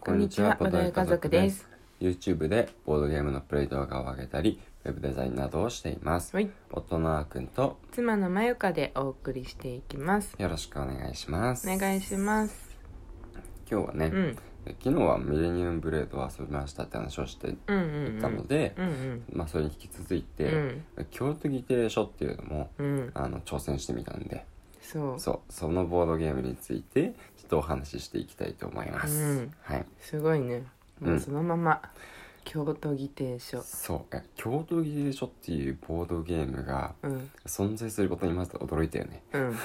こんにちは、ボードゲー家族です。 YouTube でボードゲームのプレイ動画を上げたりウェブデザインなどをしています。 はい、 夫のあーくんと妻のまゆかでお送りしていきます。 よろしくお願いします。 お願いします。 今日はね、昨日はミレニウムブレードを遊びましたって話をしていたので、それに引き続いて、京都議定書っていうのも、挑戦してみたんで、そのボードゲームについてちょっとお話ししていきたいと思います。はい、 すごいね。もうそのまま、京都議定書。 京都議定書っていうボードゲームが存在することにまず驚いたよね。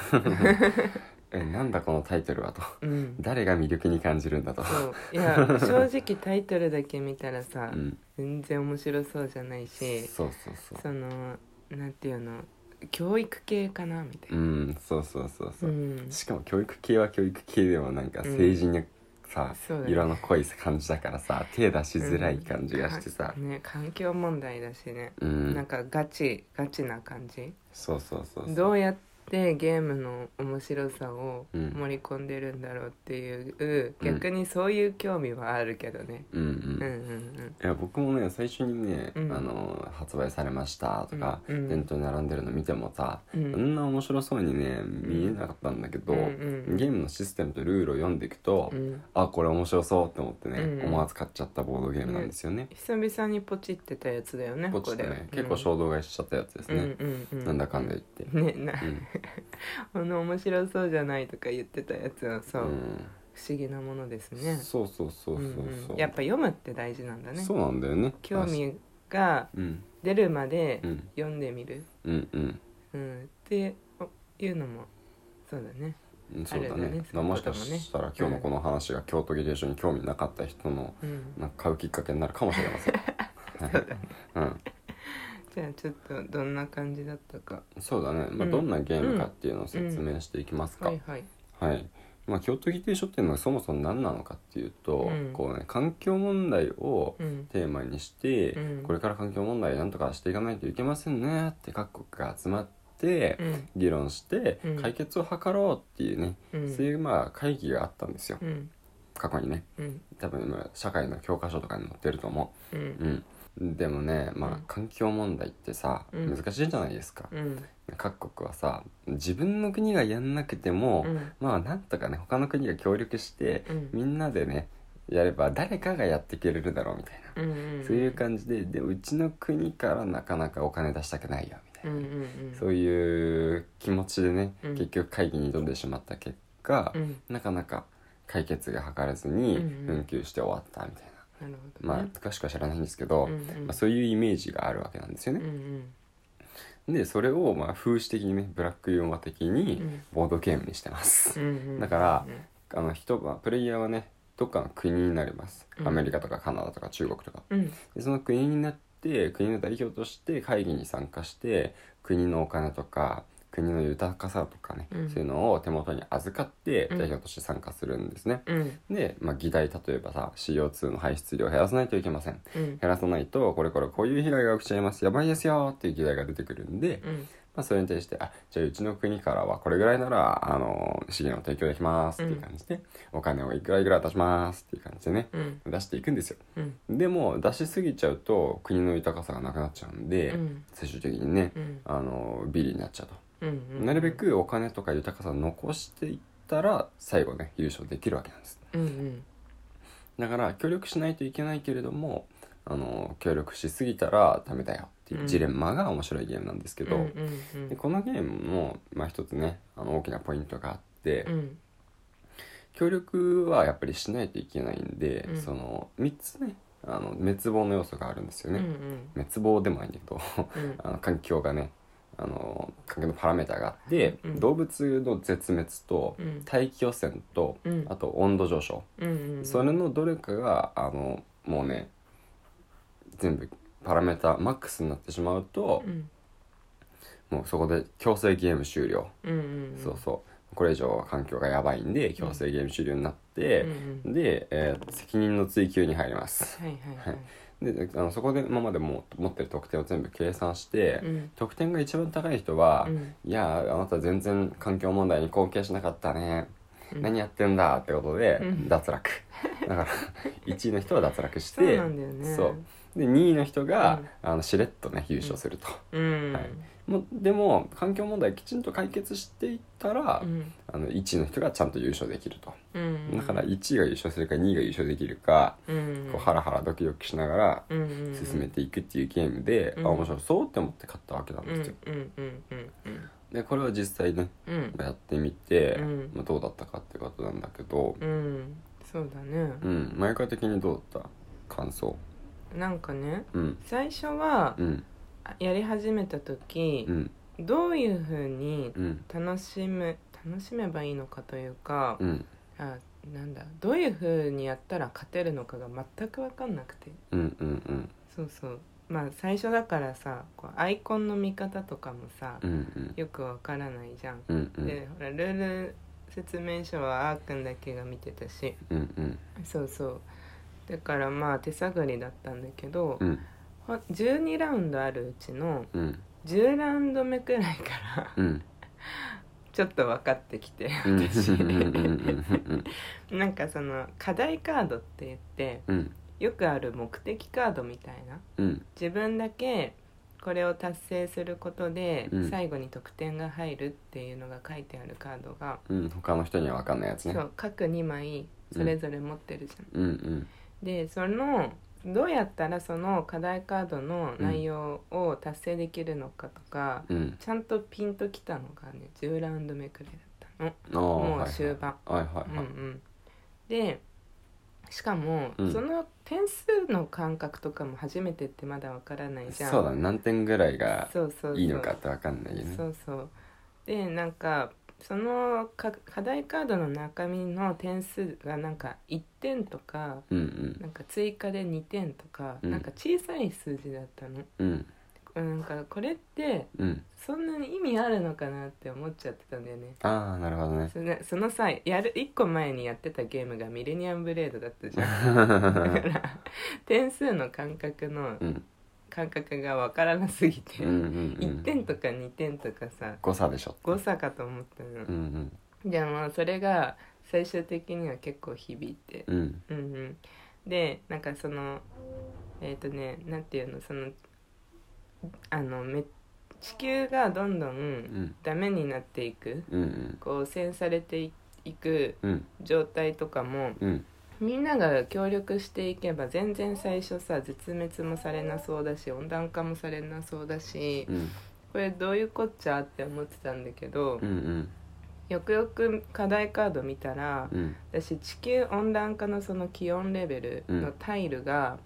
なんだこのタイトルはと、誰が魅力に感じるんだと。 いや正直タイトルだけ見たらさ、全然面白そうじゃないし、そのなんていうの、教育系かなみたいな。しかも教育系は教育系でもなんか政治にさ、色の濃い感じだからさ、手出しづらい感じがしてさ、 環境問題だしね、なんかガチな感じ。どうやってゲームの面白さを盛り込んでるんだろうっていう、逆にそういう興味はあるけどね。 いや僕もね、最初にね、発売されましたとか、店頭に並んでるの見てもさ、そんな面白そうにね見えなかったんだけど、ゲームのシステムとルールを読んでいくと、あ、これ面白そうって思ってね、思わず買っちゃったボードゲームなんですよね。 久々にポチってたやつだよね。 ポチってね、結構衝動買いしちゃったやつですね。なんだかんだ言って面白そうじゃないとか言ってたやつはそう、不思議なものですね。やっぱ読むって大事なんだね。 そうなんだよね。 興味が出るまで読んでみる、っていうのもそうだね。 そうだね。もしかしたら今日のこの話が京都議定書に興味なかった人のなんか買うきっかけになるかもしれません。 そうだね。じゃあちょっとどんな感じだったか。 そうだね、どんなゲームかっていうのを説明していきますか。京都議定書っていうのはそもそも何なのかっていうと、環境問題をテーマにして、これから環境問題なんとかしていかないといけませんねって各国が集まって議論して解決を図ろうっていうね、そういう会議があったんですよ、過去にね。多分今社会の教科書とかに載ってると思う。でもね、環境問題ってさ、難しいじゃないですか。各国はさ、自分の国がやんなくても、なんとかね、他の国が協力して、みんなでねやれば誰かがやってくれるだろうみたいな、そういう感じで、うちの国からなかなかお金出したくないよみたいな、そういう気持ちでね、結局会議に挑んでしまった結果、なかなか解決が図れずに紛糾して終わったみたいな。詳しくは知らないんですけど、そういうイメージがあるわけなんですよね。でそれを風刺的にね、ブラックユーモア的にボードゲームにしてます。だからプレイヤーはね、どっかの国になります。アメリカとかカナダとか中国とか、でその国になって国の代表として会議に参加して、国のお金とか国の豊かさとかね、そういうのを手元に預かって代表として参加するんですね。で、議題、例えばさ、 CO2 の排出量を減らさないといけません、減らさないとこういう被害が起きちゃいます、やばいですよっていう議題が出てくるんで、それに対して、じゃあうちの国からはこれぐらいなら資源を提供できますっていう感じで、お金をいくら出しますっていう感じでね、出していくんですよ。でも出しすぎちゃうと国の豊かさがなくなっちゃうんで、最終的にね、ビリになっちゃうと。なるべくお金とか豊かさを残していったら最後ね、優勝できるわけなんです。だから協力しないといけないけれども、協力しすぎたらダメだよっていうジレンマが面白いゲームなんですけど、でこのゲームも一つね、大きなポイントがあって、協力はやっぱりしないといけないんで、その3つね、滅亡の要素があるんですよね。滅亡でもないんだけど環境がね、環境のパラメーターがあって、動物の絶滅と大気汚染と、あと温度上昇、それのどれかがもうね、全部パラメーターマックスになってしまうと、もうそこで強制ゲーム終了。これ以上は環境がやばいんで強制ゲーム終了になって、で、責任の追及に入ります。でそこで今まで持ってる得点を全部計算して、得点が一番高い人は、いやあなた全然環境問題に貢献しなかったね、 何やってんだってことで脱落だから1位の人は脱落してそうなんだよね。 そうで2位の人が、しれっとね優勝すると、はい、でも環境問題きちんと解決していったら、1位の人がちゃんと優勝できると、だから1位が優勝するか2位が優勝できるか、こうハラハラドキドキしながら進めていくっていうゲームで、面白そうって思って買ったわけなんですよ。でこれを実際ね、やってみて、どうだったかってことなんだけど、 そうだね。 前川的にどうだった感想？ なんかね、最初は、やり始めた時、どういう風に楽しめばいいのかというか、どういう風にやったら勝てるのかが全く分かんなくて、そうそうまあ最初だからさ、こうアイコンの見方とかもさ、よく分からないじゃん、でほらルール説明書はあーくんだけが見てたし、そうそうだからまあ手探りだったんだけど、12ラウンドあるうちの10ラウンド目くらいからちょっと分かってきて私なんかその課題カードって言って、よくある目的カードみたいな、自分だけこれを達成することで最後に得点が入るっていうのが書いてあるカードが、 他の人には分かんないやつね。 そう各2枚それぞれ持ってるじゃん、でそのどうやったらその課題カードの内容を達成できるのかとか、ちゃんとピンときたのがね10ラウンド目くらいだったの。もう終盤、でしかも、その点数の感覚とかも初めてってまだわからないじゃん。 そうだね、何点ぐらいがいいのかってわかんないよね。 そうでなんかその課題カードの中身の点数がなんか1点とか、なんか追加で2点とか、なんか小さい数字だったの、なんかこれってそんなに意味あるのかなって思っちゃってたんだよね。 ああなるほどね。 その際1個前にやってたゲームがミレニアムブレードだったじゃんだから点数の感覚が分からなすぎて、1点とか2点とかさ誤差でしょ、 誤差かと思ったの、でもそれが最終的には結構響いて、でなんかそのなんていうの、その地球がどんどんダメになっていく、こう汚染されていく状態とかも、みんなが協力していけば全然最初さ絶滅もされなそうだし温暖化もされなそうだし、これどういうこっちゃって思ってたんだけど、よくよく課題カード見たら、私地球温暖化のその気温レベルのタイルが、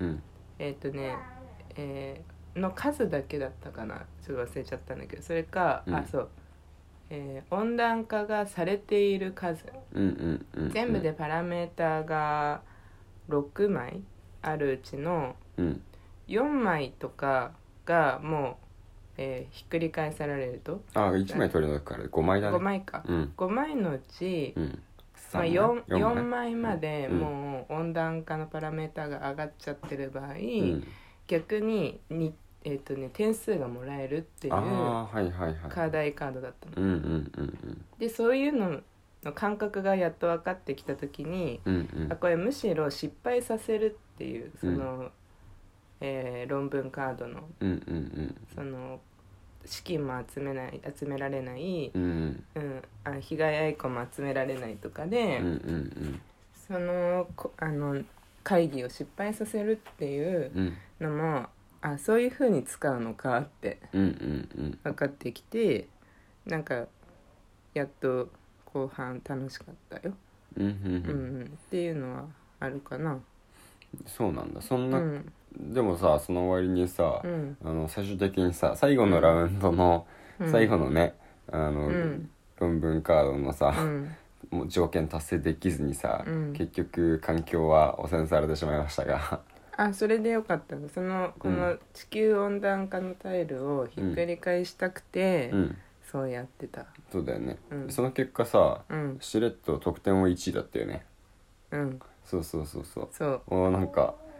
の数だけだったかな、ちょっと忘れちゃったんだけど、それか、温暖化がされている数、全部でパラメーターが6枚あるうちの4枚とかがもう、ひっくり返されると、 1枚取り除くから5枚だね。 5枚か、5枚のうち、4枚までもう温暖化のパラメーターが上がっちゃってる場合、逆に点数がもらえるっていう課題カードだったの。でそういうのの感覚がやっと分かってきた時に、これむしろ失敗させるっていうその、論文カードの、その資金も集められない、被害アイコンも集められないとかで、その会議を失敗させるっていうのも、そういう風に使うのかって分かってきて、なんかやっと後半楽しかったよ、っていうのはあるかな。 そうなんだ。そんな、でもさその終わりにさ、最終的にさ最後のラウンドの、最後のね論文カードのさ、もう条件達成できずにさ、結局環境は汚染されてしまいましたがそれでよかったの。この地球温暖化のタイルをひっくり返したくて、そうやってた。 そうだよね、その結果さ、しれっと得点は1位だったよね。そうそうなんか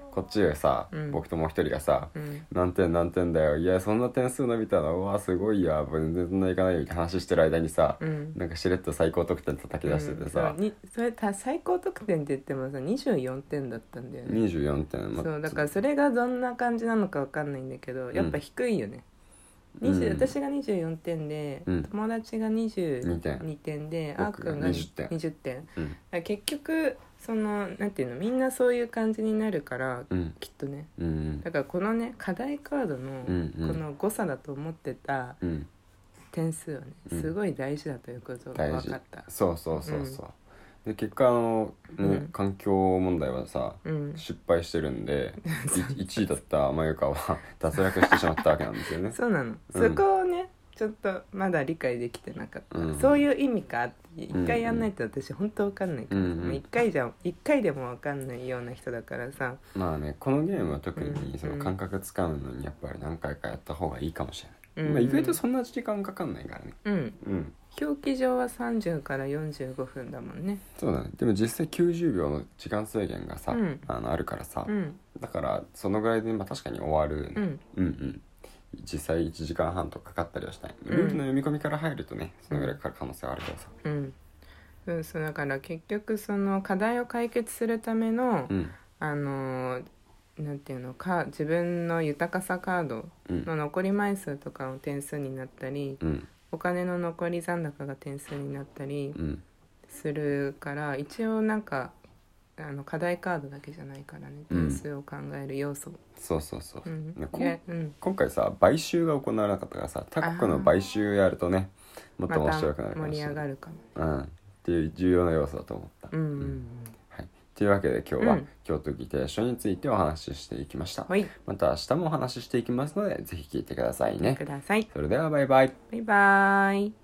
こっちがさ、僕ともう一人がさ、何点何点だよ、いやそんな点数伸びたの、うわすごいや、全然そんないかないよって話してる間にさ、なんかしれっと最高得点叩き出しててさ、 それ最高得点って言ってもさ24点だったんだよね。 24点、 そうだからそれがどんな感じなのか分かんないんだけど、やっぱ低いよね。私が24点で、友達が22点で、あーくんが20点、結局そのなんていうの、みんなそういう感じになるから、きっとね、だからこのね課題カードのこの誤差だと思ってた点数はね、すごい大事だということが分かった。 そうそうそうそう、で結果環境問題はさ、失敗してるんで1位だったまゆかは脱落してしまったわけなんですよね。 そうなの、そこをねちょっとまだ理解できてなかった、そういう意味かって一回やんないと私本当わかんないから、一回でもわかんないような人だからさ。 まあね、このゲームは特にその感覚つかむのにやっぱり何回かやった方がいいかもしれない、まあ、意外とそんな時間かかんないからね。 表記上は30から45分だもんね。 そうだね。でも実際90秒の時間制限がさ、あるからさ、だからそのぐらいでまあ確かに終わる、実際1時間半とかかったりはしない、ルールの読み込みから入るとねそのぐらいかかる可能性はあるけどさ、 そうだから結局その課題を解決するための、なんていうのか、自分の豊かさカードの残り枚数とかの点数になったり、お金の残り残高が点数になったりするから、一応なんか課題カードだけじゃないからね、点数を考える要素、 そうそうそう、今回さ買収が行われなかったからさ、他国の買収やるとねもっと面白くなるかもしれない、 盛り上がるかも、 っていう重要な要素だと思った。というわけで今日は京都議定書についてお話ししていきました、また明日もお話ししていきますのでぜひ聞いてくださいね。それではバイバイ。 バイバイ。